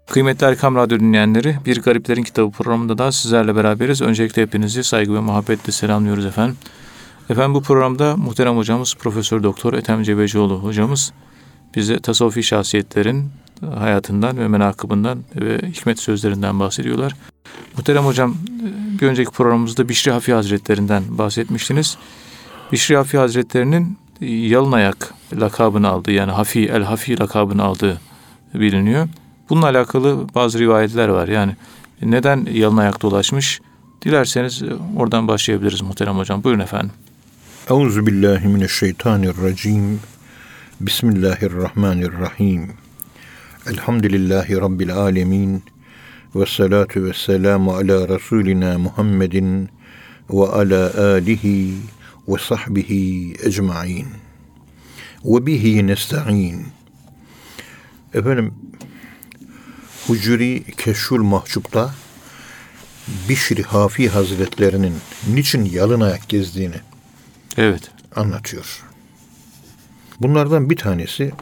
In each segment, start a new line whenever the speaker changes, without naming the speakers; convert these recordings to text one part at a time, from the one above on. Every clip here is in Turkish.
Kıymetli Erkam Radyo dinleyenleri, Bir Gariplerin Kitabı programında da sizlerle beraberiz. Öncelikle hepinizi saygı ve muhabbetle selamlıyoruz efendim. Efendim bu programda muhterem hocamız Profesör Doktor Ethem Cebecioğlu hocamız bize tasavvufi şahsiyetlerin hayatından ve menakıbından ve hikmet sözlerinden bahsediyorlar. Muhterem hocam, bir önceki programımızda Bişri Hafi Hazretlerinden bahsetmiştiniz. Bişri Hafi Hazretlerinin yalın ayak lakabını aldığı, yani El Hafi lakabını aldığı biliniyor. Bununla alakalı bazı rivayetler var. Yani neden yalın ayak dolaşmış? Dilerseniz oradan başlayabiliriz muhterem hocam. Buyurun efendim.
Euzubillahimineşşeytanirracim. Bismillahirrahmanirrahim. Elhamdülillahi Rabbil alemin. Ve salatu ve selamu ala Resulina Muhammedin ve ala alihi ve sahbihi ecma'in. Ve bihi nesta'in. Efendim, Hucuri Keşful Mahcub'da Bişri Hafi Hazretlerinin niçin yalın ayak gezdiğini anlatıyor. Bunlardan bir tanesi,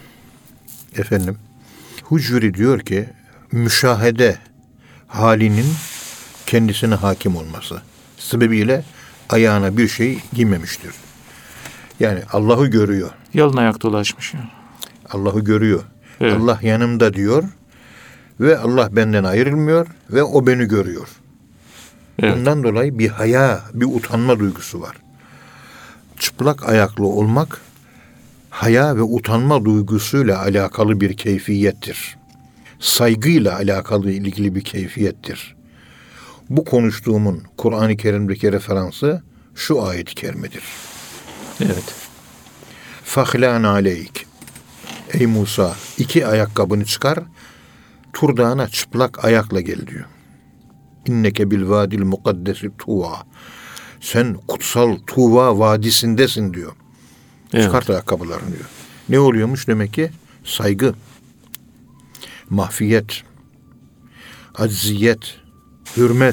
Hucuri diyor ki, müşahede halinin kendisine hakim olması sebebiyle ayağına bir şey giymemiştir. Yani Allah'ı görüyor.
Yalın ayak dolaşmış.
Allah'ı görüyor.
Evet.
Allah yanımda diyor ve Allah benden ayrılmıyor ve o beni görüyor. Evet. Bundan dolayı bir haya, bir utanma duygusu var. Çıplak ayaklı olmak haya ve utanma duygusuyla alakalı bir keyfiyettir. Saygıyla alakalı ilgili bir keyfiyettir. Bu konuştuğumun Kur'an-ı Kerim'deki referansı şu ayet-i kerimedir.
Evet.
Fahlan aleyk. Ey Musa, iki ayakkabını çıkar, Tur Dağı'na çıplak ayakla gel diyor. İnneke bil vadil mukaddesi Tuva. Sen kutsal Tuva vadisindesin diyor. Evet. Çıkart ayakkabılarını diyor. Ne oluyormuş demek ki? Saygı, mahfiyet, acziyet, hürmet,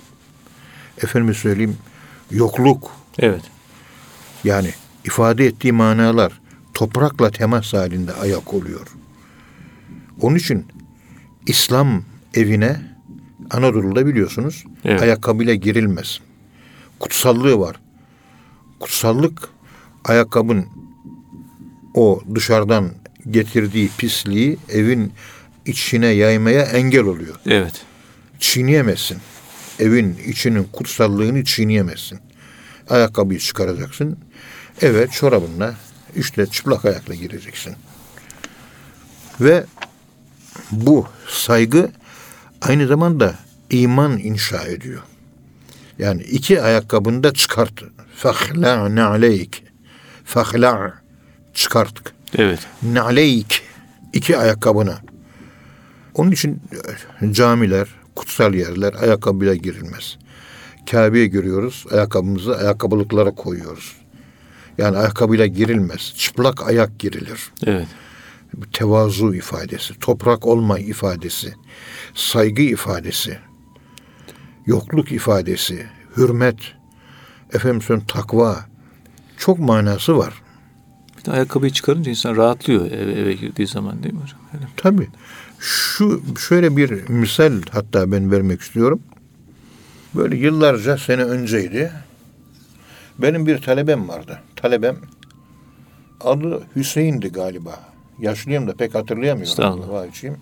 yokluk.
Evet.
Yani ifade ettiği manalar toprakla temas halinde ayak oluyor. Onun için İslam evine Anadolu'da biliyorsunuz ayakkabıyla girilmez. Kutsallığı var. Kutsallık ayakkabın o dışarıdan getirdiği pisliği evin içine yaymaya engel oluyor.
Evet.
Çiğneyemezsin. Evin içinin kutsallığını çiğneyemezsin. Ayakkabıyı çıkaracaksın. Evet, çorabınla çıplak ayakla gireceksin. Ve bu saygı aynı zamanda iman inşa ediyor. Yani iki ayakkabını da çıkart. Fahla ne'aleyk. Fahla çıkarttık.
Evet.
Ne'aleyk. İki ayakkabına. Onun için camiler, kutsal yerler ayakkabıyla girilmez. Kabe'ye giriyoruz. Ayakkabımızı ayakkabılıklara koyuyoruz. Yani ayakkabıyla girilmez. Çıplak ayak girilir.
Evet.
Tevazu ifadesi, toprak olma ifadesi, saygı ifadesi, yokluk ifadesi, hürmet, takva, çok manası var.
Bir de ayakkabıyı çıkarınca insan rahatlıyor eve girdiği zaman, değil mi hocam? Öyle.
Tabii. Şöyle bir misal hatta ben vermek istiyorum. Böyle yıllarca sene önceydi. Benim bir talebem vardı. Talebem adı Hüseyin'di galiba. Yaşlıyım da pek hatırlayamıyorum. Vahiyim.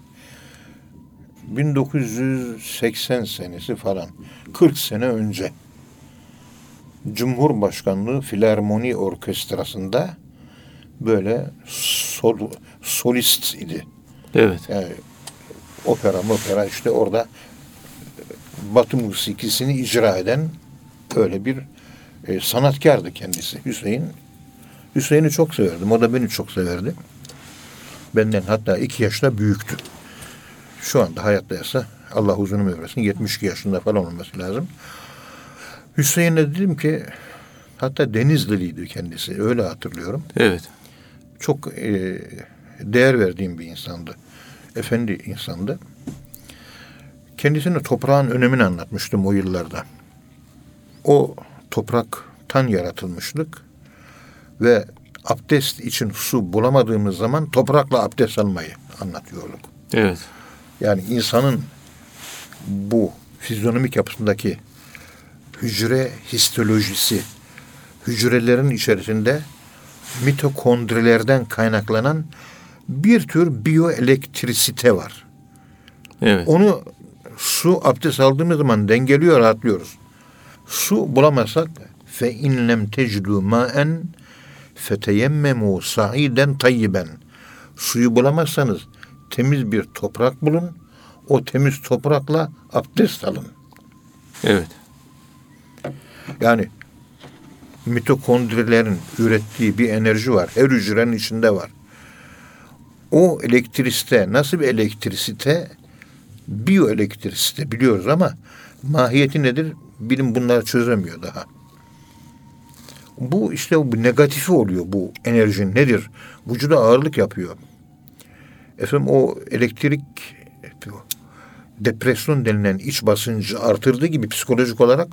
1980 senesi falan. 40 sene önce. Cumhurbaşkanlığı Filarmoni Orkestrası'nda böyle solist idi.
Evet.
Yani opera orada Batı musikisini icra eden öyle bir sanatkardı kendisi Hüseyin. Hüseyin'i çok severdim. O da beni çok severdi. Benden hatta 2 yaşta büyüktü. Şu anda hayattaysa Allah uzun ömür versin. 72 yaşında falan olması lazım. Hüseyin'e dedim ki, hatta Denizliliydi kendisi. Öyle hatırlıyorum.
Evet.
Çok değer verdiğim bir insandı. Efendi insandı. Kendisine toprağın önemini anlatmıştım o yıllarda. O topraktan yaratılmışlık ve abdest için su bulamadığımız zaman toprakla abdest almayı anlatıyorduk.
Evet.
Yani insanın bu fizyonomik yapısındaki hücre histolojisi, hücrelerin içerisinde mitokondrilerden kaynaklanan bir tür biyoelektrisite var.
Evet.
Onu su abdest aldığımız zaman dengeliyor, rahatlıyoruz. Su bulamazsak fe in lem tecdu ma'en feteyemmemu sa'iden tayyiben. Suyu bulamazsanız temiz bir toprak bulun. O temiz toprakla abdest alın.
Evet.
Yani mitokondrilerin ürettiği bir enerji var. Her hücrenin içinde var. O elektrisite nasıl bir elektrisite? Biyoelektrisite biliyoruz ama mahiyeti nedir? Bilim bunları çözemiyor daha. Bu işte bu negatifi oluyor bu enerjinin nedir? Vücuda ağırlık yapıyor. Efendim o elektrik depresyon denilen iç basıncı artırdığı gibi psikolojik olarak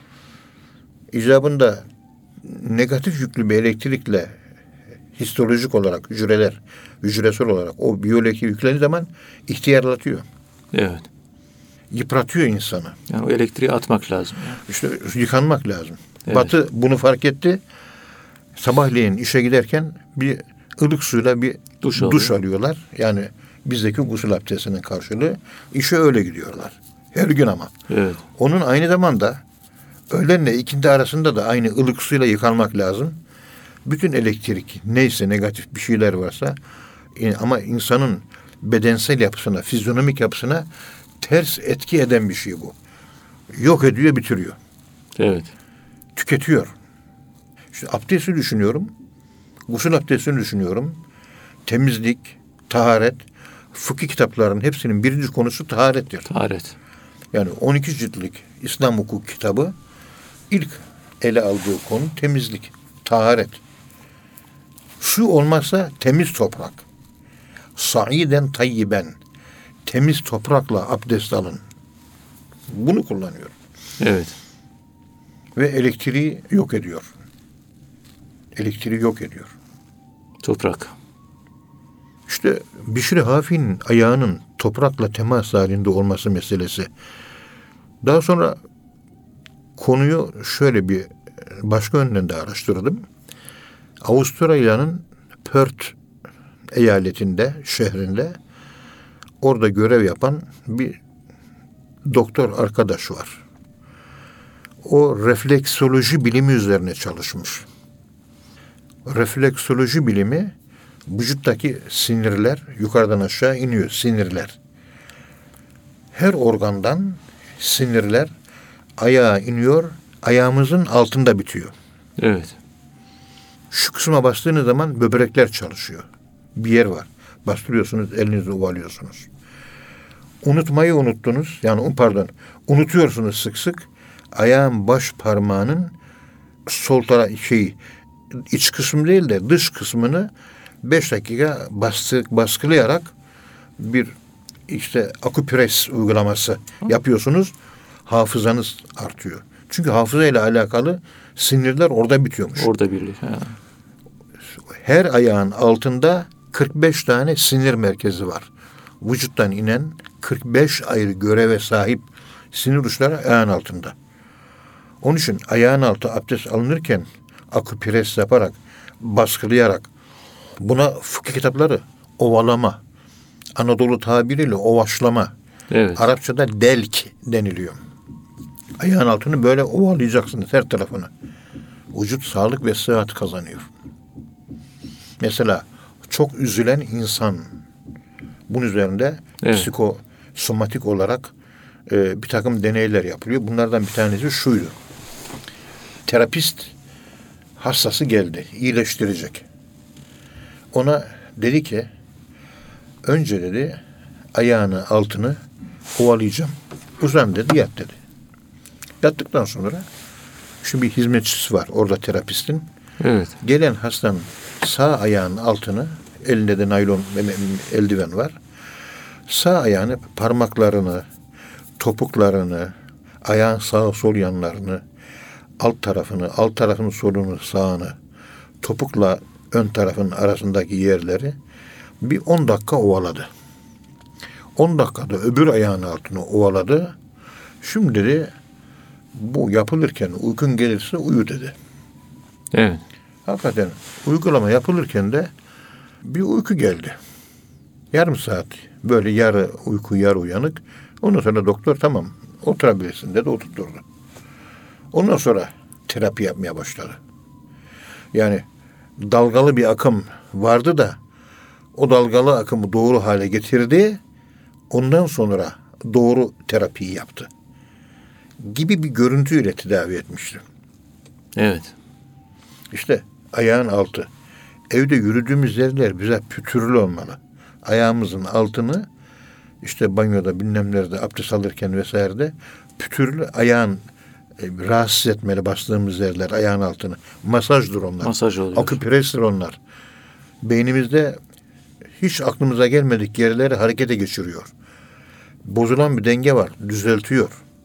icabında negatif yüklü bir elektrikle histolojik olarak hücresel olarak o biyolojik yüklendiği zaman ihtiyarlatıyor.
Evet.
Yıpratıyor insanı.
Yani o elektriği atmak lazım. Yani.
İşte yıkanmak lazım.
Evet.
Batı bunu fark etti. Sabahleyin işe giderken bir ılık suyla bir duş alıyorlar. Yani bizdeki gusül abdestinin karşılığı. İşe öyle gidiyorlar. Her gün ama.
Evet.
Onun aynı zamanda öğlenle ikindi arasında da aynı ılık suyla yıkanmak lazım. Bütün elektrik neyse negatif bir şeyler varsa ama insanın bedensel yapısına, fizyonomik yapısına ters etki eden bir şey bu. Yok ediyor, bitiriyor.
Evet.
Tüketiyor. İşte abdesti düşünüyorum. Gusül abdestini düşünüyorum. Temizlik, taharet, fıkıh kitaplarının hepsinin birinci konusu taharettir.
Taharet.
Yani 12 ciltlik İslam hukuk kitabı ilk ele aldığı konu temizlik, taharet. Su olmazsa temiz toprak. Sa'iden tayyiben. Temiz toprakla abdest alın. Bunu kullanıyor.
Evet.
Ve elektriği yok ediyor. Elektriği yok ediyor.
Toprak.
İşte Bişri Hafi'nin ayağının toprakla temas halinde olması meselesi. Daha sonra konuyu şöyle bir başka yönden de araştırdım. Avustralya'nın Perth eyaletinde, şehrinde orada görev yapan bir doktor arkadaş var. O refleksoloji bilimi üzerine çalışmış. Refleksoloji bilimi vücuttaki sinirler yukarıdan aşağı iniyor, sinirler. Her organdan sinirler ayağa iniyor, ayağımızın altında bitiyor.
Evet.
Şu kısma bastığınız zaman böbrekler çalışıyor. Bir yer var. Bastırıyorsunuz, elinizi ovalıyorsunuz. Unutmayı unuttunuz. Yani unutuyorsunuz sık sık. Ayağın baş parmağının sol taraf iç kısmı değil de dış kısmını 5 dakika baskılayarak bir işte akupres uygulaması yapıyorsunuz. Hafızanız artıyor. Çünkü hafıza ile alakalı sinirler orada bitiyormuş.
Orada birlik. Ha.
Her ayağın altında 45 tane sinir merkezi var. Vücuttan inen 45 ayrı göreve sahip sinir uçları ayağın altında. Onun için ayağın altı abdest alınırken akupres yaparak, baskılayarak buna fıkıh kitapları ovalama, Anadolu tabiriyle ovaşlama,
Evet.
Arapçada delk deniliyor. Ayağın altını böyle ovalayacaksınız her tarafını. Vücut sağlık ve sıhhat kazanıyor. Mesela çok üzülen insan bunun üzerinde psikosomatik olarak bir takım deneyler yapılıyor. Bunlardan bir tanesi şuydu. Terapist hastası geldi, iyileştirecek. Ona dedi ki, önce dedi ayağını altını ovalayacağım. Uzan dedi, yat dedi. Yattıktan sonra şu bir hizmetçisi var orada terapistin.
Evet.
Gelen hastanın sağ ayağının altını, elinde de naylon eldiven var. Sağ ayağını, parmaklarını, topuklarını, ayağın sağ sol yanlarını, alt tarafının solunu, sağını, topukla ön tarafın arasındaki yerleri bir 10 dakika ovaladı. 10 dakikada öbür ayağının altını ovaladı. Şimdi dedi bu yapılırken uykun gelirse uyu dedi.
Evet.
Hakikaten uygulama yapılırken de bir uyku geldi. Yarım saat böyle yarı uyku yarı uyanık. Ondan sonra doktor tamam oturabilirsin dedi, oturtturdu. Ondan sonra terapi yapmaya başladı. Yani dalgalı bir akım vardı da o dalgalı akımı doğru hale getirdi. Ondan sonra doğru terapiyi yaptı. Gibi bir görüntüyle tedavi etmişti.
Evet.
İşte ayağın altı. Evde yürüdüğümüz yerler bize pütürlü olmalı. Ayağımızın altını işte banyoda bilmem nerede abdest alırken vesairede pütürlü ayağın rahatsız etmeli bastığımız yerler ayağın altını. Masajdır onlar.
Masaj oluyor.
Akuprestir onlar. Beynimizde hiç aklımıza gelmedik yerleri harekete geçiriyor. Bozulan bir denge var. Düzeltiyor.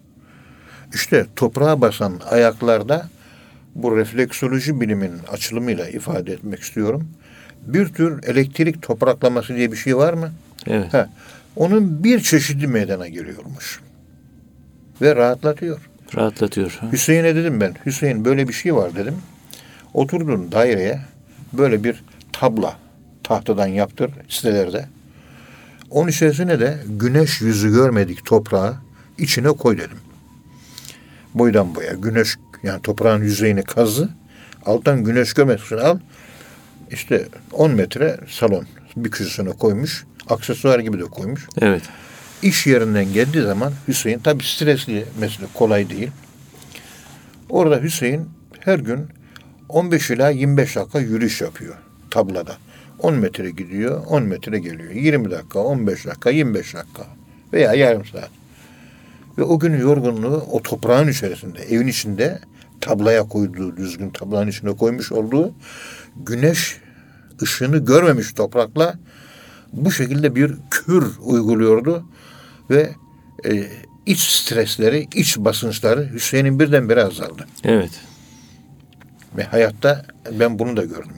İşte toprağa basan ayaklarda bu refleksoloji biliminin açılımıyla ifade etmek istiyorum. Bir tür elektrik topraklaması diye bir şey var mı?
Evet.
Onun bir çeşidi meydana geliyormuş. Ve rahatlatıyor.
Rahatlatıyor.
Hüseyin'e dedim ben. Hüseyin böyle bir şey var dedim. Oturdun daireye böyle bir tabla tahtadan yaptır sitelerde. Onun içerisine de güneş yüzü görmedik toprağı içine koy dedim. Boydan boya güneş yani toprağın yüzeyini kazı. Alttan güneş görmesin al. İşte 10 metre salon bir köşesine koymuş. Aksesuar gibi de koymuş.
Evet.
İş yerinden geldiği zaman Hüseyin tabii stresli mesela kolay değil. Orada Hüseyin her gün 15 ila 25 dakika yürüyüş yapıyor tablada. 10 metre gidiyor, 10 metre geliyor. 20 dakika, 15 dakika, 25 dakika veya yarım saat. Ve o günün yorgunluğu o toprağın içerisinde, evin içinde tablaya koyduğu, düzgün tablağın içine koymuş olduğu güneş ışığını görmemiş toprakla bu şekilde bir kür uyguluyordu ve iç stresleri, iç basınçları Hüseyin'in birdenbire azaldı.
Evet.
Ve hayatta ben bunu da gördüm.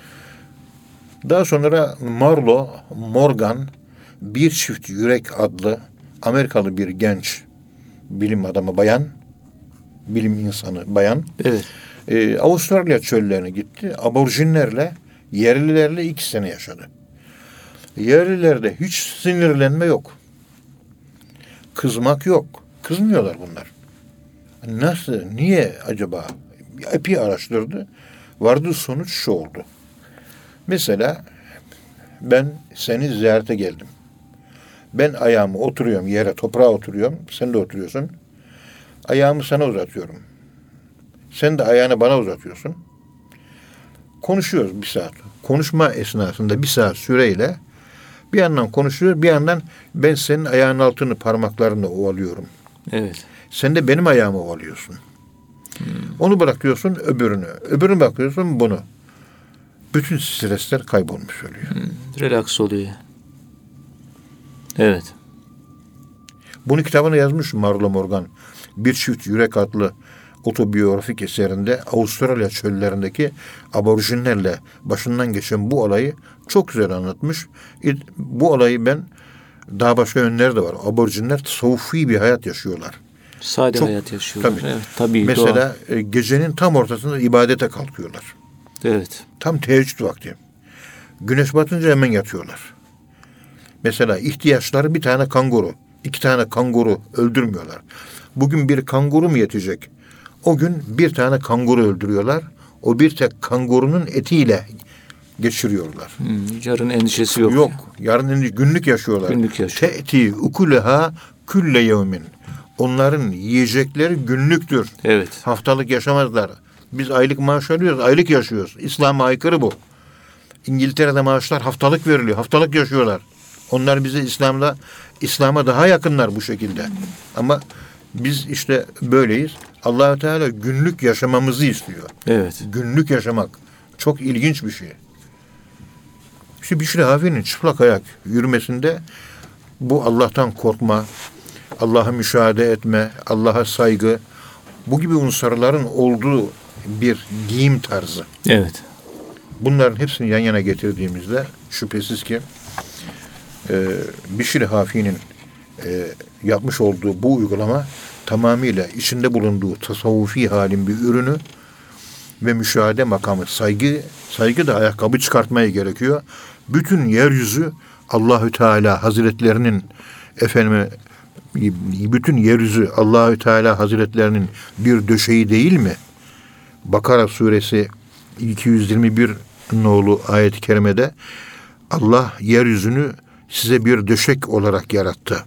Daha sonra Marlo Morgan Bir Çift Yürek adlı Amerikalı bir genç bilim adamı bayan, bilim insanı bayan,
Evet.
Avustralya çöllerine gitti. Aborjinlerle, yerlilerle 2 sene yaşadı. Yerlilerde hiç sinirlenme yok. Kızmak yok. Kızmıyorlar bunlar. Nasıl, niye acaba? Epey araştırdı. Vardığı sonuç şu oldu. Mesela ben seni ziyarete geldim. Ben ayağımı oturuyorum yere, toprağa oturuyorum. Sen de oturuyorsun. Ayağımı sana uzatıyorum. Sen de ayağını bana uzatıyorsun. Konuşuyoruz 1 saat. Konuşma esnasında 1 saat süreyle bir yandan konuşuyoruz, bir yandan ben senin ayağının altını parmaklarımla ovalıyorum.
Evet.
Sen de benim ayağımı ovalıyorsun. Onu bırakıyorsun öbürünü. Öbürünü bakıyorsun bunu. Bütün stresler kaybolmuş oluyor.
Relax oluyor. Evet.
Bunu kitabına yazmış Marlo Morgan. Bir Çift Yürek adlı otobiyografik eserinde Avustralya çöllerindeki aborjinlerle başından geçen bu olayı çok güzel anlatmış. Bu olayı ben daha başka yönleri de var. Aborjinler tasavvufi bir hayat yaşıyorlar.
Sade
Çok,
hayat yaşıyorlar.
tabii.
Evet, tabii.
Mesela gecenin tam ortasında ibadete kalkıyorlar.
Evet.
Tam teheccüd vakti. Güneş batınca hemen yatıyorlar. Mesela ihtiyaçları 1 tane kanguru, 2 tane kanguru öldürmüyorlar. Bugün bir kanguru mu yetecek? O gün 1 tane kanguru öldürüyorlar. O bir tek kangurunun etiyle geçiriyorlar.
Yarın endişesi yok.
Yok. Yarın günlük yaşıyorlar.
Günlük yaşıyor.
Te'ti ukuleha külle yevmin. Onların yiyecekleri günlüktür.
Evet.
Haftalık yaşamazlar. Biz aylık maaş alıyoruz, aylık yaşıyoruz. İslam'a aykırı bu. İngiltere'de maaşlar haftalık veriliyor. Haftalık yaşıyorlar. Onlar bize İslam'a daha yakınlar bu şekilde. Ama biz işte böyleyiz. Allah-u Teala günlük yaşamamızı istiyor.
Evet.
Günlük yaşamak çok ilginç bir şey. İşte Bişri Hafi'nin çıplak ayak yürümesinde bu Allah'tan korkma, Allah'a müşahede etme, Allah'a saygı, bu gibi unsurların olduğu bir giyim tarzı.
Evet.
Bunların hepsini yan yana getirdiğimizde şüphesiz ki Bişir Hafi'nin yapmış olduğu bu uygulama tamamıyla içinde bulunduğu tasavvufi halin bir ürünü ve müşahede makamı, saygı da ayakkabı çıkartmaya gerekiyor. Bütün yeryüzü Allahü Teala Hazretlerinin bütün yeryüzü Allahü Teala Hazretlerinin bir döşeği değil mi? Bakara suresi 221 nolu ayet-i kerimede Allah yeryüzünü size bir döşek olarak yarattı.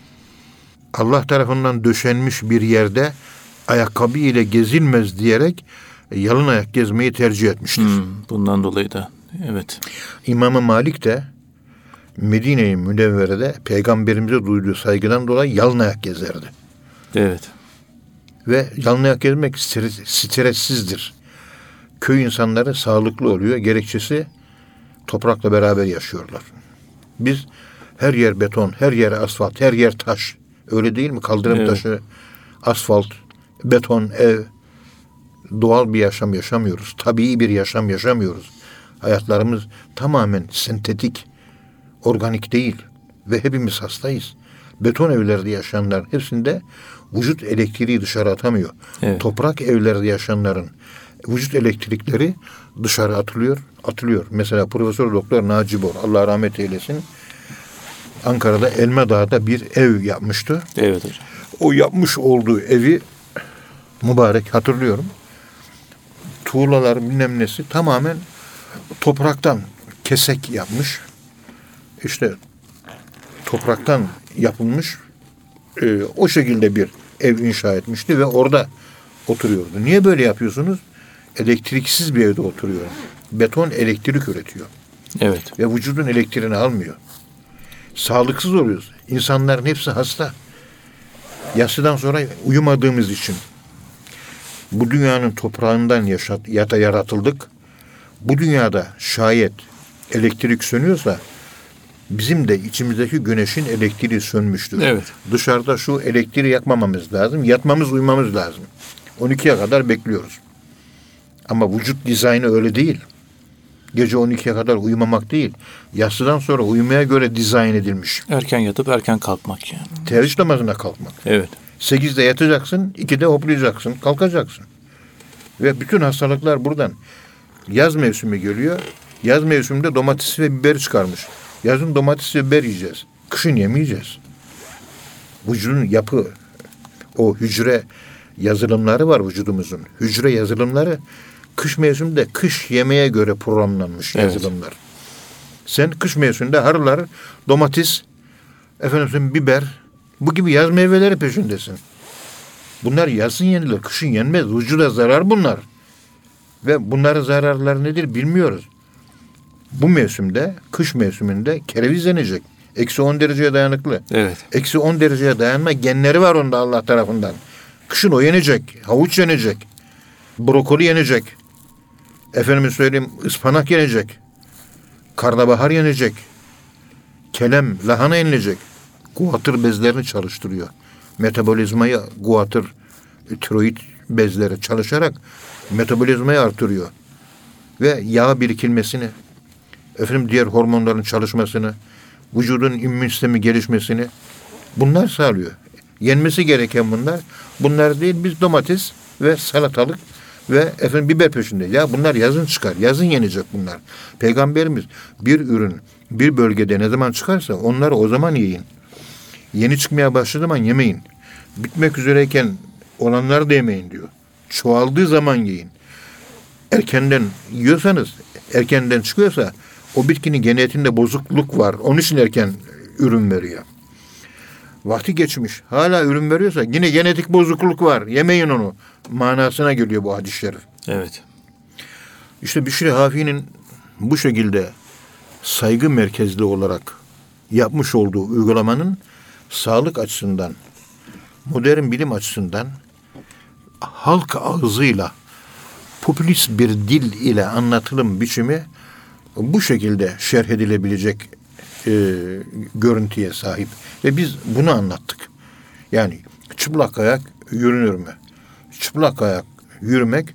Allah tarafından döşenmiş bir yerde ayakkabı ile gezilmez diyerek yalın ayak gezmeyi tercih etmiştir.
Bundan dolayı da evet.
İmam-ı Malik de Medine-i Münevvere'de peygamberimize duyduğu saygıdan dolayı yalın ayak gezerdi.
Evet.
Ve yalın ayak gezmek stressizdir. Köy insanları sağlıklı oluyor. Gerekçesi toprakla beraber yaşıyorlar. Biz her yer beton, her yer asfalt, her yer taş. Öyle değil mi? Kaldırım taşı, asfalt, beton, ev. Doğal bir yaşam yaşamıyoruz. Tabii bir yaşam yaşamıyoruz. Hayatlarımız tamamen sentetik, organik değil. Ve hepimiz hastayız. Beton evlerde yaşayanların hepsinde vücut elektriği dışarı atamıyor.
Evet.
Toprak evlerde yaşayanların vücut elektrikleri dışarı atılıyor. Mesela Profesör Doktor Naci Bor, Allah rahmet eylesin, Ankara'da Elma Dağı'da bir ev yapmıştı.
Evet hocam.
O yapmış olduğu evi mübarek hatırlıyorum. Tuğlalar bilmem nesi tamamen topraktan kesek yapmış. İşte topraktan yapılmış o şekilde bir ev inşa etmişti ve orada oturuyordu. Niye böyle yapıyorsunuz? Elektriksiz bir evde oturuyorum. Beton elektrik üretiyor.
Evet.
Ve vücudun elektriğini almıyor. Sağlıksız oluyoruz. İnsanların hepsi hasta. Yatsıdan sonra uyumadığımız için bu dünyanın toprağından yaratıldık. Bu dünyada şayet elektrik sönüyorsa bizim de içimizdeki güneşin elektriği sönmüştür.
Evet.
Dışarıda şu elektriği yakmamamız lazım. Yatmamız, uyumamız lazım. 12'ye kadar bekliyoruz. Ama vücut dizaynı öyle değil. Gece 12'ye kadar uyumamak değil. Yatsıdan sonra uyumaya göre dizayn edilmiş.
Erken yatıp erken kalkmak yani.
Teheccüd namazına kalkmak.
Evet.
8'de yatacaksın, 2'de hoplayacaksın, kalkacaksın. Ve bütün hastalıklar buradan. Yaz mevsimi geliyor. Yaz mevsiminde domatesi ve biberi çıkarmış. Yazın domates ve biber yiyeceğiz. Kışın yemeyeceğiz. Vücudun yapı, o hücre yazılımları var vücudumuzun. Hücre yazılımları kış mevsiminde kış yemeğe göre programlanmış yazılımlar. Sen kış mevsiminde harılar, domates, biber, bu gibi yaz meyveleri peşindesin. Bunlar yazın yenilir, kışın yenmez. Vücuda zarar bunlar. Ve bunların zararları nedir bilmiyoruz. Bu mevsimde, kış mevsiminde kereviz yenecek. Eksi 10 dereceye dayanıklı.
Evet.
Eksi 10 dereceye dayanma genleri var onda Allah tarafından. Kışın o yenecek. Havuç yenecek. Brokoli yenecek. Ispanak yenecek. Karnabahar yenecek. Kelem, lahana yenilecek. Guatr bezlerini çalıştırıyor. Metabolizmayı guatr, tiroid bezleri çalışarak metabolizmayı artırıyor. Ve yağ birikilmesini, diğer hormonların çalışmasını, vücudun immün sistemi gelişmesini bunlar sağlıyor. Yenmesi gereken bunlar. Bunlar değil, biz domates ve salatalık ve biber peşinde. Ya bunlar yazın çıkar. Yazın yenecek bunlar. Peygamberimiz bir ürün bir bölgede ne zaman çıkarsa onları o zaman yiyin. Yeni çıkmaya başladığı zaman yemeyin. Bitmek üzereyken olanları da yemeyin diyor. Çoğaldığı zaman yiyin. Erkenden yiyorsanız, erkenden çıkıyorsa o bitkinin genetiğinde bozukluk var. Onun için erken ürün veriyor. Vakti geçmiş. Hala ürün veriyorsa yine genetik bozukluk var. Yemeyin onu. Manasına geliyor bu hadis-i şerif.
Evet.
İşte Bişri Hafi'nin bu şekilde saygı merkezli olarak yapmış olduğu uygulamanın sağlık açısından, modern bilim açısından halk ağzıyla popülist bir dil ile anlatılım biçimi bu şekilde şerh edilebilecek görüntüye sahip. Ve biz bunu anlattık. Yani çıplak ayak yürünür mü? Çıplak ayak yürümek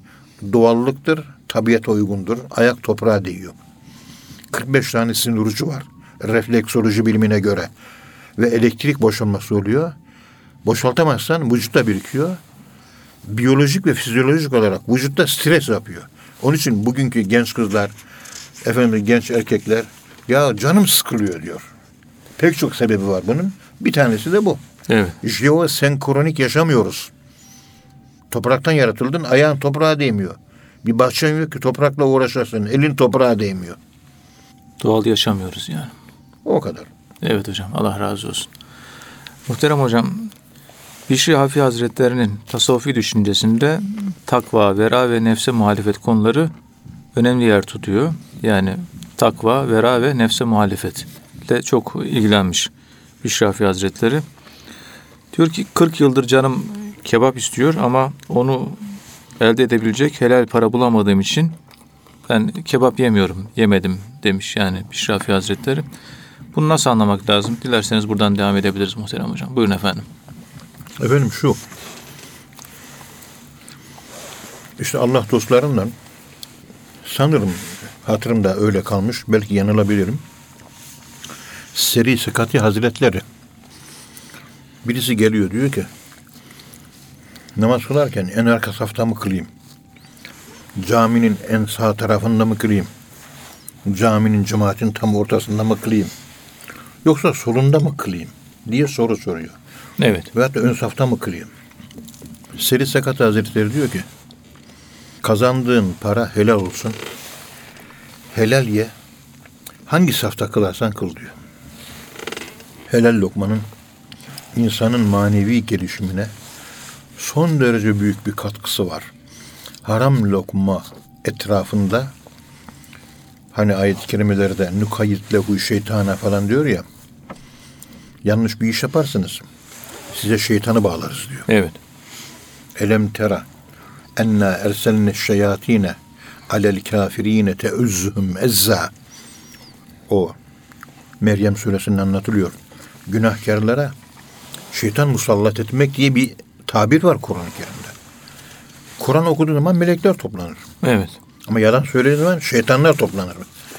doğallıktır, tabiata uygundur. Ayak toprağa değiyor. 45 tane sinir ucu var. refleksoloji bilimine göre. Ve elektrik boşalması oluyor. Boşaltamazsan vücutta birikiyor. Biyolojik ve fizyolojik olarak vücutta stres yapıyor. Onun için bugünkü genç kızlar, genç erkekler, ya canım sıkılıyor diyor. Pek çok sebebi var bunun. Bir tanesi de bu.
Evet.
Jeosenkronik yaşamıyoruz. Topraktan yaratıldın, ayağın toprağa değmiyor. Bir bahçen yok ki toprakla uğraşarsın, elin toprağa değmiyor.
Doğal yaşamıyoruz yani.
O kadar.
Evet hocam, Allah razı olsun. Muhterem hocam, Bişri Hafi Hazretleri'nin tasavvufi düşüncesinde takva, vera ve nefse muhalefet konuları önemli yer tutuyor. Yani takva, vera ve nefse muhalefetle çok ilgilenmiş Bişri Hafi Hazretleri. Diyor ki 40 yıldır canım kebap istiyor ama onu elde edebilecek helal para bulamadığım için ben kebap yemedim demiş yani Bişri Hafi Hazretleri. Bunu nasıl anlamak lazım? Dilerseniz buradan devam edebiliriz muhterem hocam. Buyurun efendim.
Efendim şu, işte Allah dostlarından sanırım hatırımda öyle kalmış, belki yanılabilirim. Seri Sıkati Hazretleri birisi geliyor diyor ki namaz kılarken en arka safta mı kılayım? Caminin en sağ tarafında mı kılayım? Caminin cemaatin tam ortasında mı kılayım? Yoksa solunda mı kılayım? Diye soru soruyor.
Evet.
Veyahut da ön safta mı kılayım? Seri Sıkati Hazretleri diyor ki kazandığın para helal olsun. Helal ye. Hangi safta kılarsan kıl diyor. Helal lokmanın insanın manevi gelişimine son derece büyük bir katkısı var. Haram lokma etrafında hani ayet-i kerimelerde nukayitlehu şeytana falan diyor ya, yanlış bir iş yaparsınız size şeytanı bağlarız diyor.
Evet.
Elem tera enna erselne şeyatine alel kafirine teuzzuhum ezza. O Meryem suresinde anlatılıyor. Günahkarlara şeytan musallat etmek diye bir tabir var Kur'an-ı Kerim'de. Kur'an okuduğu zaman melekler toplanır.
Evet.
Ama yalan söylediği zaman şeytanlar toplanır.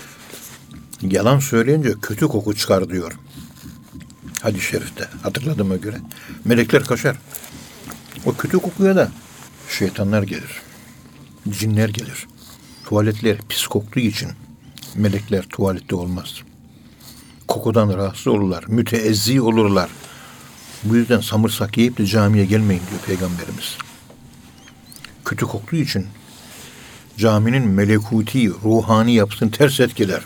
Yalan söyleyince kötü koku çıkar diyor. Hadis-i şerifte hatırladığıma göre. Melekler kaçar. O kötü kokuya da şeytanlar gelir. Cinler gelir. Tuvaletler pis koktuğu için melekler tuvalette olmaz. Kokudan rahatsız olurlar. Müteezzi olurlar. Bu yüzden samırsak yiyip de camiye gelmeyin diyor Peygamberimiz. Kötü koktuğu için caminin melekuti, ruhani yapısını ters etkiler.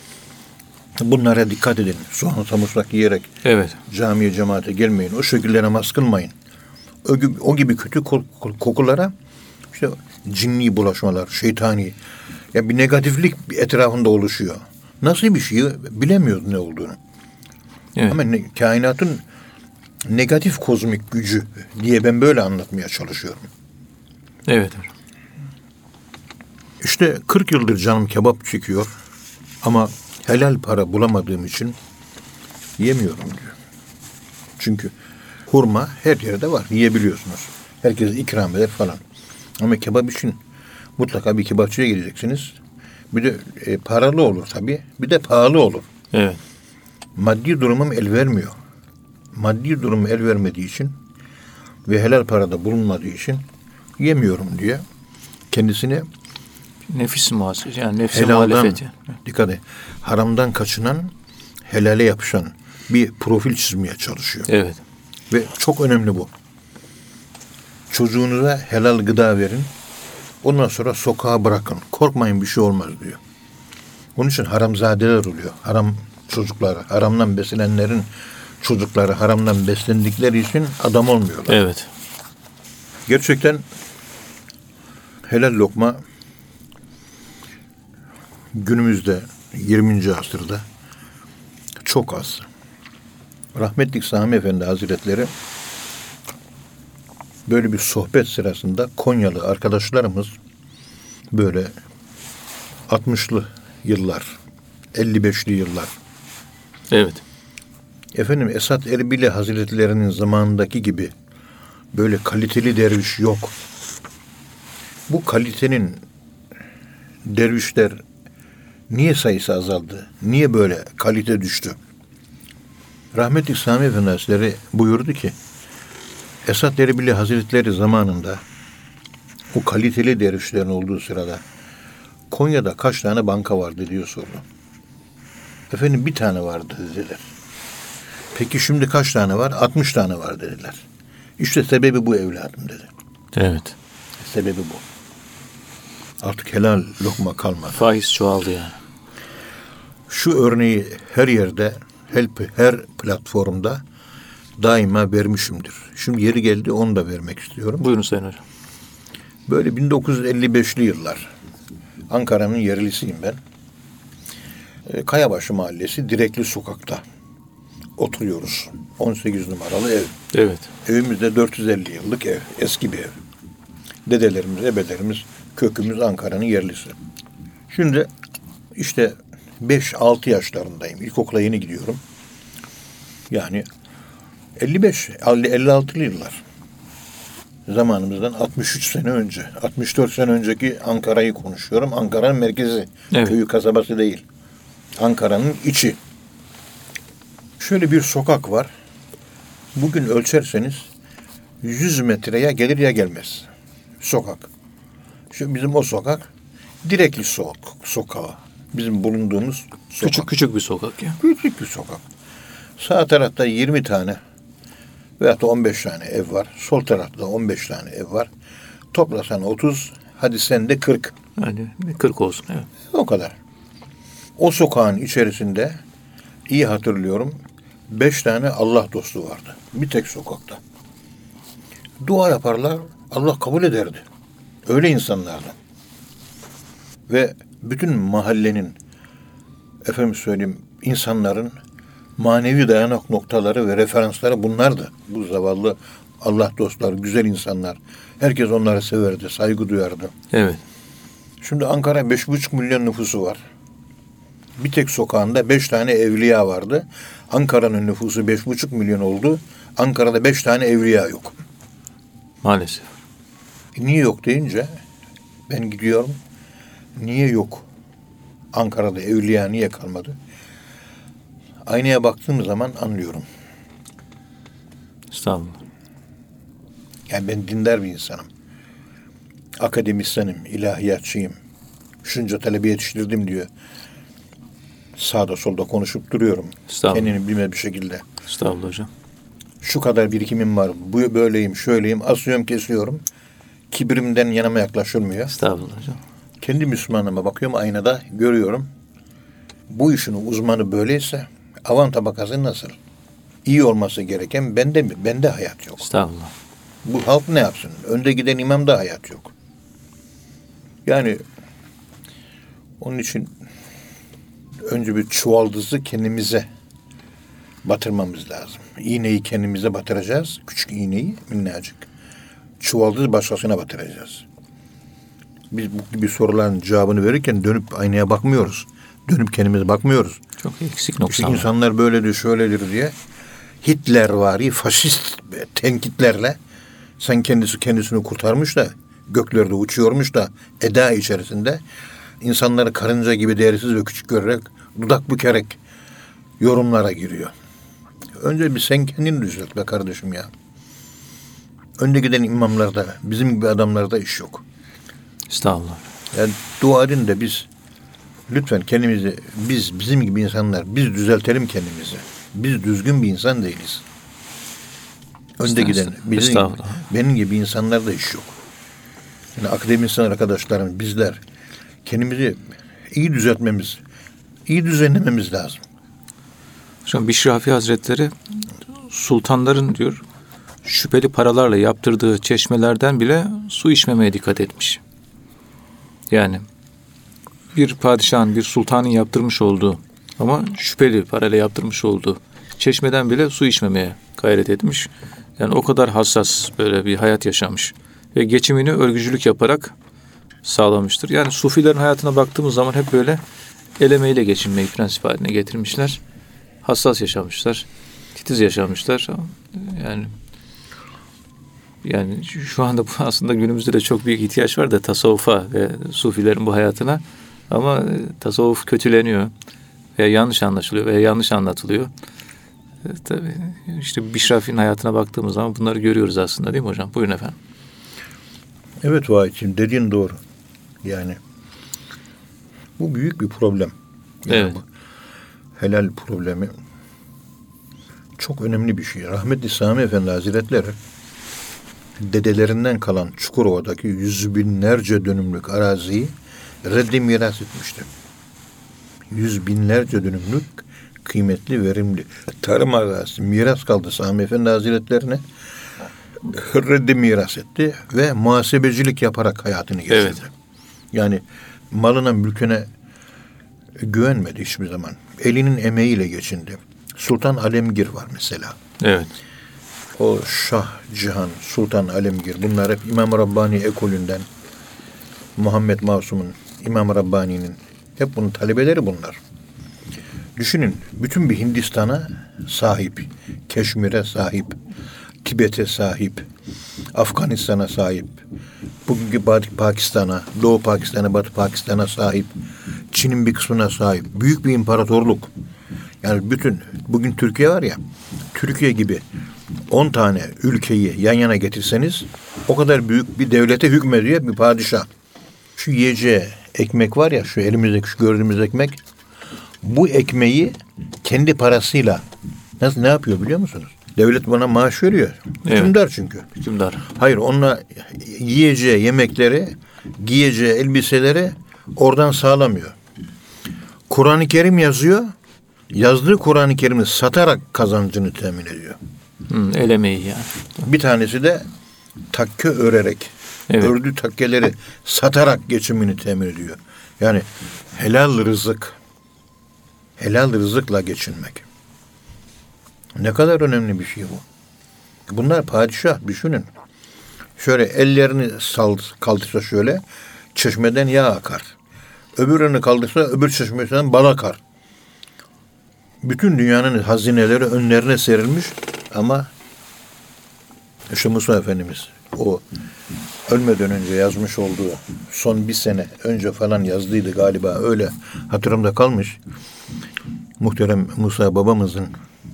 Bunlara dikkat edin. Soğan samırsak yiyerek
Evet.
camiye, cemaate gelmeyin. O şekilde namaz kılmayın. O gibi kötü kokulara işte cinni bulaşmalar, şeytani, ya bir negatiflik etrafında oluşuyor. Nasıl bir şey bilemiyoruz ne olduğunu.
Evet.
Ama kainatın negatif kozmik gücü diye ben böyle anlatmaya çalışıyorum.
Evet.
İşte 40 yıldır canım kebap çekiyor ama helal para bulamadığım için yemiyorum diyor. Çünkü hurma her yerde var, yiyebiliyorsunuz. Herkes ikram eder falan. Ama kebap için mutlaka bir kebapçıya gideceksiniz. Bir de paralı olur tabii. Bir de pahalı olur.
Evet.
Maddi durumum el vermiyor. Maddi durum el vermediği için ve helal parada bulunmadığı için yemiyorum diye kendisine
Nefis muhasebe yani nefse
helaldan,
muhalefeti.
dikkat et, haramdan kaçınan, helale yapışan bir profil çizmeye çalışıyor.
Evet.
Ve çok önemli bu. Çocuğunuza helal gıda verin. Ondan sonra sokağa bırakın. Korkmayın, bir şey olmaz diyor. Onun için haramzadeler oluyor. Haram çocukları, haramdan beslenenlerin çocukları haramdan beslendikleri için adam olmuyorlar.
Evet.
Gerçekten helal lokma günümüzde 20. asırda çok az. Rahmetlik Sami Efendi Hazretleri böyle bir sohbet sırasında Konyalı arkadaşlarımız böyle 60'lı yıllar, 55'li yıllar.
Evet.
Efendim Esat Erbili Hazretlerinin zamanındaki gibi böyle kaliteli derviş yok. Bu kalitenin dervişler Niye sayısı azaldı? Niye böyle kalite düştü? Rahmetli Sami Efendi Hazretleri buyurdu ki, Esad Erbili Hazretleri zamanında o kaliteli dervişlerin olduğu sırada Konya'da kaç tane banka vardı diye sordu. Efendim bir tane vardı dediler. Peki şimdi kaç tane var? 60 tane var dediler. İşte sebebi bu evladım dedi.
Evet.
Sebebi bu. Artık helal lokma kalmadı.
Faiz çoğaldı yani.
Şu örneği her yerde, her platformda daima vermişimdir. Şimdi yeri geldi, onu da vermek istiyorum.
Buyurun Sayın Hocam.
Böyle 1955'li yıllar. Ankara'nın yerlisiyim ben. Kayabaşı Mahallesi Direkli Sokak'ta oturuyoruz. 18 numaralı ev.
Evet.
Evimiz de 450 yıllık ev. Eski bir ev. Dedelerimiz, ebelerimiz, kökümüz Ankara'nın yerlisi. Şimdi işte 5-6 yaşlarındayım. İlkokula yeni gidiyorum. Yani 56'lı yıllar. Zamanımızdan 63 sene önce, 64 sene önceki Ankara'yı konuşuyorum. Ankara'nın merkezi,
Evet.
köyü kasabası değil. Ankara'nın içi. Şöyle bir sokak var. Bugün ölçerseniz 100 metreye gelir ya gelmez. Sokak. Şu bizim o sokak Direkli sokağı. Bizim bulunduğumuz sokak.
Küçük bir sokak ya.
Küçük bir sokak. Sağ tarafta 20 tane veyahut da 15 tane ev var. Sol tarafta 15 tane ev var. Toplasan 30, hadi sen de 40.
Yani 40 olsun. Evet.
O kadar. O sokağın içerisinde iyi hatırlıyorum 5 tane Allah dostu vardı. Bir tek sokakta. Dua yaparlar, Allah kabul ederdi. Öyle insanlardı. Ve bütün mahallenin, efendim söyleyeyim, insanların manevi dayanak noktaları ve referansları bunlardı. Bu zavallı Allah dostları, güzel insanlar. Herkes onları severdi, saygı duyardı.
Evet.
Şimdi Ankara 5,5 milyon nüfusu var. Bir tek sokağında 5 tane evliya vardı. Ankara'nın nüfusu 5,5 milyon oldu. Ankara'da 5 tane evliya yok.
Maalesef.
Niye yok deyince ben gidiyorum. Niye yok? Ankara'da evliya niye kalmadı? Aynaya baktığım zaman anlıyorum.
Estağfurullah.
Yani ben dindar bir insanım. Akademisyenim, ilahiyatçıyım. Şunca talebe yetiştirdim diyor. Sağda solda konuşup duruyorum.
Estağfurullah.
Kendini bilmez bir şekilde.
Estağfurullah hocam.
Şu kadar birikimim var. Bu böyleyim, şöyleyim. Asıyorum, kesiyorum. Kibrimden yanıma yaklaşılmıyor.
Estağfurullah hocam.
Kendi Müslümanıma bakıyorum aynada, görüyorum. Bu işin uzmanı böyleyse avam tabakası nasıl? İyi olması gereken bende hayat yok.
Estağfurullah.
Bu halk ne yapsın? Önde giden imamda hayat yok. Yani onun için önce bir çuvaldızı kendimize batırmamız lazım. İğneyi kendimize batıracağız. Küçük iğneyi, minnacık. Çuvaldızı başkasına batıracağız. Biz bu gibi soruların cevabını verirken dönüp aynaya bakmıyoruz. Dönüp kendimize bakmıyoruz.
Çok eksik
İşte
noksan var.
insanlar böyledir, şöyledir diye Hitlervari, faşist tenkitlerle sen kendisini kurtarmış da göklerde uçuyormuş da eda içerisinde insanları karınca gibi değersiz ve küçük görerek dudak bükerek yorumlara giriyor. Önce bir sen kendini düzelt be kardeşim ya. Önde giden imamlarda, bizim gibi adamlarda iş yok.
Estağfurullah.
Yani dua edin de biz lütfen kendimizi, bizim gibi insanlar, biz düzeltelim kendimizi. Biz düzgün bir insan değiliz. Önde giden, benim gibi insanlarda iş yok. Yani akademisyen arkadaşlarım, bizler kendimizi iyi düzeltmemiz, iyi düzenlememiz lazım.
Hocam Bişri Hafi Hazretleri sultanların diyor şüpheli paralarla yaptırdığı çeşmelerden bile su içmemeye dikkat etmiş. Yani bir padişahın, bir sultanın yaptırmış olduğu ama şüpheli parayla yaptırmış olduğu çeşmeden bile su içmemeye gayret etmiş. Yani o kadar hassas böyle bir hayat yaşamış. Ve geçimini örgücülük yaparak sağlamıştır. Yani sufilerin hayatına baktığımız zaman hep böyle el emeğiyle geçinmeyi prensip haline getirmişler. Hassas yaşamışlar. Titiz yaşamışlar. Yani şu anda bu aslında günümüzde de çok büyük ihtiyaç var da tasavvufa ve sufilerin bu hayatına. Ama tasavvuf kötüleniyor veya yanlış anlaşılıyor veya yanlış anlatılıyor. Tabii işte Bişrafi'nin hayatına baktığımız zaman bunları görüyoruz aslında, değil mi hocam? Buyurun efendim.
Evet Vahit'ciğim, dediğin doğru. Yani bu büyük bir problem. Yani
Evet.
bu helal problemi çok önemli bir şey. Rahmetli Sami Efendi Hazretleri dedelerinden kalan Çukurova'daki yüz binlerce dönümlük araziyi reddi miras etmişti. Yüz binlerce dönümlük kıymetli, verimli tarım arazisi miras kaldı Sami Efendi Hazretlerine. Reddi miras etti ve muhasebecilik yaparak hayatını geçirdi.
Evet.
Yani malına, mülküne güvenmedi hiçbir zaman. Elinin emeğiyle geçindi. Sultan Alemgir var mesela.
Evet.
O Şah Cihan, Sultan Alemgir, bunlar hep İmam Rabbani ekolünden, Muhammed Masum'un, İmam Rabbani'nin, hep bunun talebeleri bunlar. Düşünün, bütün bir Hindistan'a sahip, Keşmir'e sahip, Tibet'e sahip, Afganistan'a sahip, bugünkü Batı Pakistan'a, Doğu Pakistan'a, Batı Pakistan'a sahip, Çin'in bir kısmına sahip, büyük bir imparatorluk. Yani bütün, bugün Türkiye var ya, Türkiye gibi 10 tane ülkeyi yan yana getirseniz o kadar büyük bir devlete hükmediyor bir padişah. Şu yiyeceği ekmek var ya, şu elimizdeki, şu gördüğümüz ekmek, bu ekmeği kendi parasıyla ne yapıyor biliyor musunuz? Devlet bana maaş veriyor. Hükümdar çünkü.
Hükümdar.
Hayır, onunla yiyeceği yemekleri, giyeceği elbiseleri oradan sağlamıyor. Kur'an-ı Kerim yazıyor. Yazdığı Kur'an-ı Kerim'i satarak kazancını temin ediyor.
El emeği yani.
Bir tanesi de takke örerek,
Evet.
ördüğü takkeleri satarak geçimini temin ediyor. Yani helal rızık, helal rızıkla geçinmek. Ne kadar önemli bir şey bu. Bunlar padişah, düşünün. Şöyle ellerini kaldırsa şöyle, çeşmeden yağ akar. Öbürünü kaldırsa öbür çeşmeden bal akar. Bütün dünyanın hazineleri önlerine serilmiş ama işte Musa Efendimiz o ölmeden önce yazmış olduğu, son bir sene önce falan yazdıydı galiba, öyle hatırımda kalmış. Muhterem Musa babamızın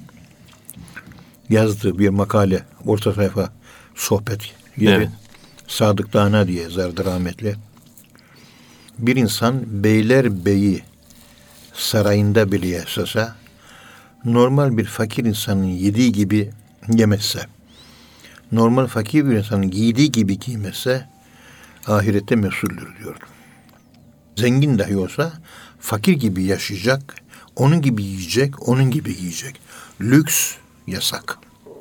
yazdığı bir makale, orta sayfa sohbet gibi.
Evet.
Sadık Dana diye yazardı rahmetli. Bir insan Beylerbeyi sarayında bile yaşasa, normal bir fakir insanın yediği gibi yemezse, normal fakir bir insanın giydiği gibi giymezse, ahirette mesuldür diyor. Zengin dahi olsa fakir gibi yaşayacak, onun gibi yiyecek, onun gibi giyecek. Lüks yasak.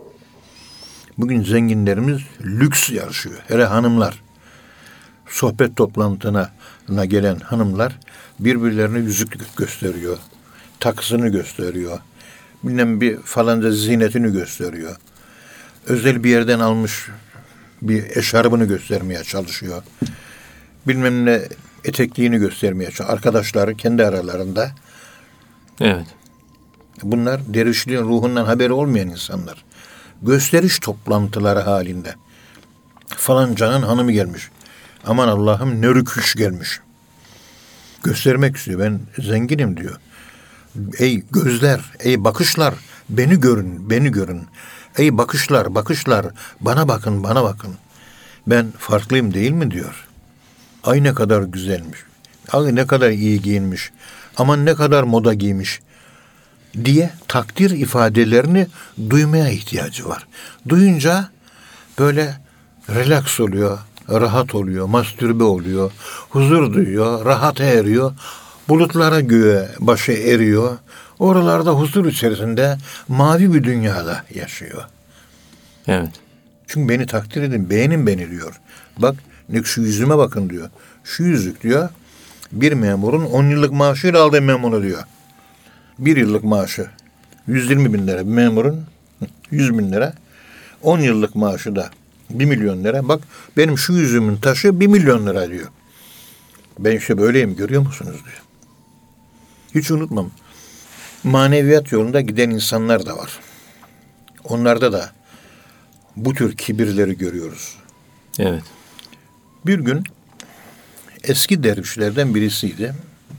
Bugün zenginlerimiz lüks yaşıyor. Hele hanımlar, sohbet toplantına gelen hanımlar birbirlerine yüzük gösteriyor, takısını gösteriyor, bilmem bir falanca zinetini gösteriyor. Özel bir yerden almış bir eşarbını göstermeye çalışıyor. Bilmem ne etekliğini göstermeye çalışıyor. Arkadaşları kendi aralarında.
Evet.
Bunlar dervişliğin ruhundan haberi olmayan insanlar. Gösteriş toplantıları halinde. Falancanın hanımı gelmiş. Aman Allah'ım ne rüküş gelmiş. Göstermek istiyor. Ben zenginim diyor. Ey gözler, ey bakışlar, beni görün, beni görün. Ey bakışlar, bakışlar, bana bakın, bana bakın. Ben farklıyım değil mi diyor. Ay ne kadar güzelmiş. Ay ne kadar iyi giyinmiş. Aman ne kadar moda giymiş diye takdir ifadelerini duymaya ihtiyacı var. Duyunca böyle relax oluyor, rahat oluyor, mastürbe oluyor, huzur duyuyor, rahata eriyor, bulutlara göğe başı eriyor. Oralarda huzur içerisinde mavi bir dünyada yaşıyor.
Evet.
Çünkü beni takdir edin, beğenin beni diyor. Bak şu yüzüme bakın diyor. Şu yüzük diyor, bir memurun 10 yıllık maaşıyla aldığı memuru diyor. 1 yıllık maaşı 120 bin lira, bir memurun 100 bin lira. 10 yıllık maaşı da 1 milyon lira. Bak benim şu yüzümün taşı 1 milyon lira diyor. Ben işte böyleyim, görüyor musunuz diyor. Hiç unutmam. Maneviyat yolunda giden insanlar da var. Onlarda da bu tür kibirleri görüyoruz.
Evet.
Bir gün eski dervişlerden birisiydi.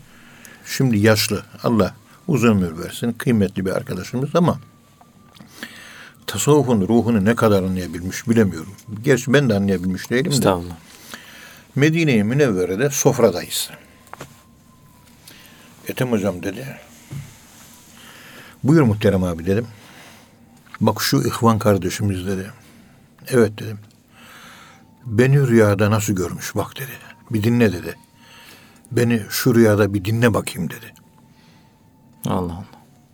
Şimdi yaşlı. Allah uzun ömür versin. Kıymetli bir arkadaşımız ama tasavvufun ruhunu ne kadar anlayabilmiş bilemiyorum. Gerçi ben de anlayabilmiş değilim de.
Estağfurullah.
Medine-i Münevvere'de sofradayız. Ethem hocam dedi. Buyur muhterem abi dedim. Bak şu ihvan kardeşimiz dedi. Evet dedim. Beni rüyada nasıl görmüş bak dedi. Bir dinle dedi. Beni şu rüyada bir dinle bakayım dedi.
Allah Allah.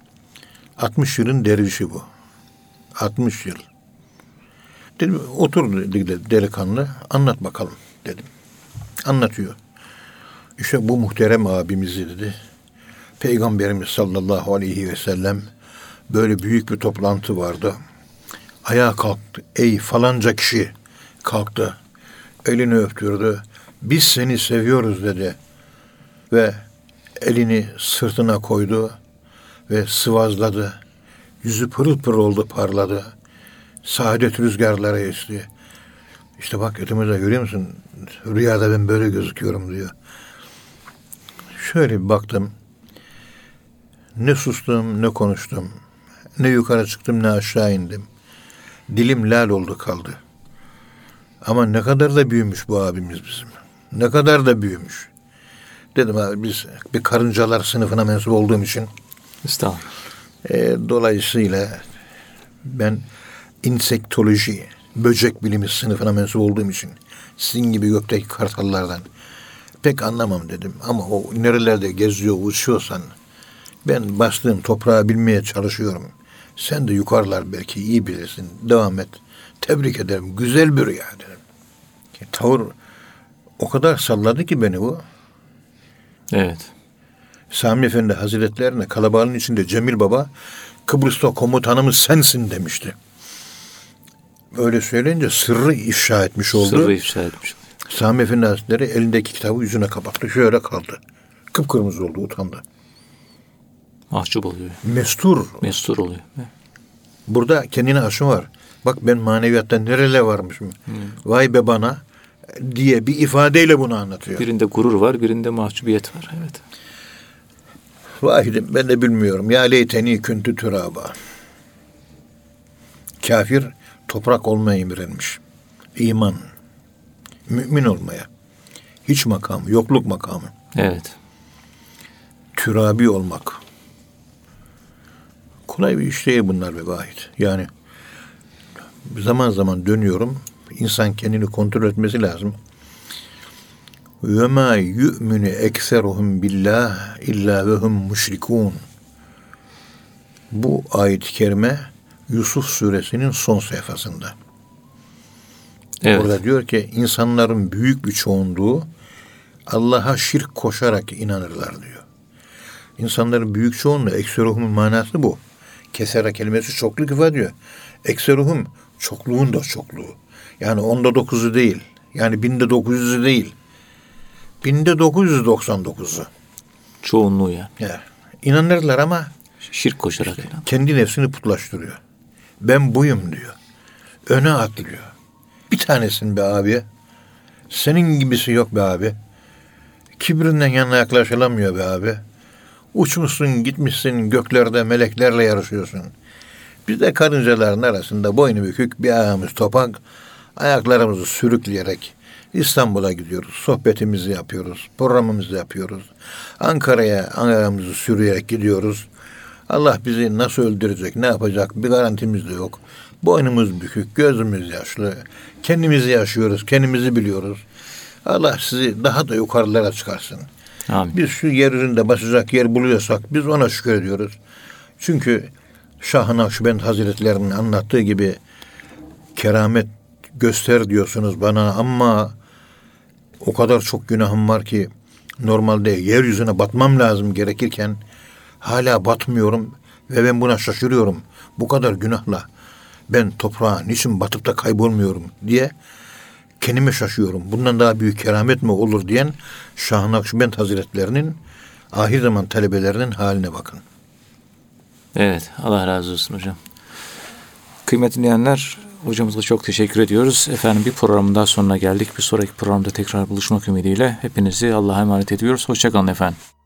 60 yılın dervişi bu. 60 yıl. Dedim otur dedi delikanlı. Anlat bakalım dedim. Anlatıyor. İşte bu muhterem abimizi dedi. Peygamberimiz sallallahu aleyhi ve sellem böyle büyük bir toplantı vardı. Ayağa kalktı. Ey falanca kişi kalktı. Elini öptürdü. Biz seni seviyoruz dedi. Ve elini sırtına koydu ve sıvazladı. Yüzü pırıl pırıl oldu, parladı. Saadet rüzgarları esti. İşte bak etimizde görüyor musun? Rüyada ben böyle gözüküyorum diyor. Şöyle bir baktım. Ne sustum ne konuştum. Ne yukarı çıktım ne aşağı indim. Dilim lal oldu kaldı. Ama ne kadar da büyümüş bu abimiz bizim. Ne kadar da büyümüş. Dedim abi biz bir karıncalar sınıfına mensup olduğum için
Estağfurullah.
dolayısıyla ben insektoloji, böcek bilimi sınıfına mensup olduğum için sizin gibi gökteki kartallardan pek anlamam dedim. Ama o nerelerde geziyor, uçuyorsan ben bastığım toprağı bilmeye çalışıyorum. Sen de yukarılar belki iyi bilirsin. Devam et. Tebrik ederim. Güzel bir rüya dedim. Tavır o kadar salladı ki beni bu.
Evet.
Sami Efendi Hazretlerine kalabalığın içinde Cemil Baba Kıbrıs'ta komutanımız sensin demişti. Öyle söyleyince sırrı ifşa etmiş oldu.
Sırrı ifşa etmiş.
Sami Efendi Hazretleri elindeki kitabı yüzüne kapattı. Şöyle kaldı. Kıpkırmızı oldu, utandı.
Mahcup oluyor.
Mestur
oluyor.
Burada kendine aşım var. Bak ben maneviyatta nerelere varmışım. Vay be bana diye bir ifadeyle bunu anlatıyor.
Birinde gurur var, birinde mahcubiyet var. Evet.
Vahidim ben de bilmiyorum. Ya leyteni küntü türaba. Kafir toprak olmaya emredilmiş. İman. Mümin olmaya. Hiç makamı, yokluk makamı.
Evet.
Türabi olmak. Kolay bir iş değil bunlar be Vahid. Yani zaman zaman dönüyorum. İnsan kendini kontrol etmesi lazım. Ve ma yu'minu ekseruhum billah illa ve hum müşrikun. Bu ayet-i kerime Yusuf suresinin son sayfasında.
Evet.
Orada diyor ki insanların büyük bir çoğunluğu Allah'a şirk koşarak inanırlar diyor. İnsanların büyük çoğunluğu, ekseruhumun manası bu. Kesera kelimesi çokluk ifade ediyor. Ekseruhum çokluğun da çokluğu. Yani 10'da 9'u değil. Yani 1000'de 900'ü değil. 1000'de 999'u.
Çoğunluğu yani.
Ya, inanırlar ama
Şirk koşarak inan.
kendi nefsini putlaştırıyor. Ben buyum diyor. Öne atlıyor. Bir tanesin be abi. Senin gibisi yok be abi. Kibrinden yanına yaklaşılamıyor be abi. Uçmuşsun gitmişsin göklerde meleklerle yarışıyorsun. Biz de karıncaların arasında boynu bükük bir ayağımız topak, ayaklarımızı sürükleyerek İstanbul'a gidiyoruz. Sohbetimizi yapıyoruz. Programımızı yapıyoruz. Ankara'ya ayağımızı sürüyerek gidiyoruz. Allah bizi nasıl öldürecek, ne yapacak bir garantimiz de yok. Boynumuz bükük, gözümüz yaşlı. Kendimizi yaşıyoruz, kendimizi biliyoruz. Allah sizi daha da yukarılara çıkarsın.
Amin.
Biz şu yeryüzünde basacak yer buluyorsak biz ona şükür ediyoruz. Çünkü Şah-ı Nakşibend Hazretlerinin anlattığı gibi keramet göster diyorsunuz bana ama o kadar çok günahım var ki normalde yeryüzüne batmam lazım gerekirken hala batmıyorum ve ben buna şaşırıyorum. Bu kadar günahla ben toprağa niçin batıp da kaybolmuyorum diye kendime şaşıyorum. Bundan daha büyük keramet mi olur diyen Şah-ı Nakşibend Hazretlerinin ahir zaman talebelerinin haline bakın.
Evet. Allah razı olsun hocam. Kıymetli dinleyenler, hocamıza çok teşekkür ediyoruz. Efendim bir programın daha sonuna geldik. Bir sonraki programda tekrar buluşmak ümidiyle hepinizi Allah'a emanet ediyoruz. Hoşça kalın efendim.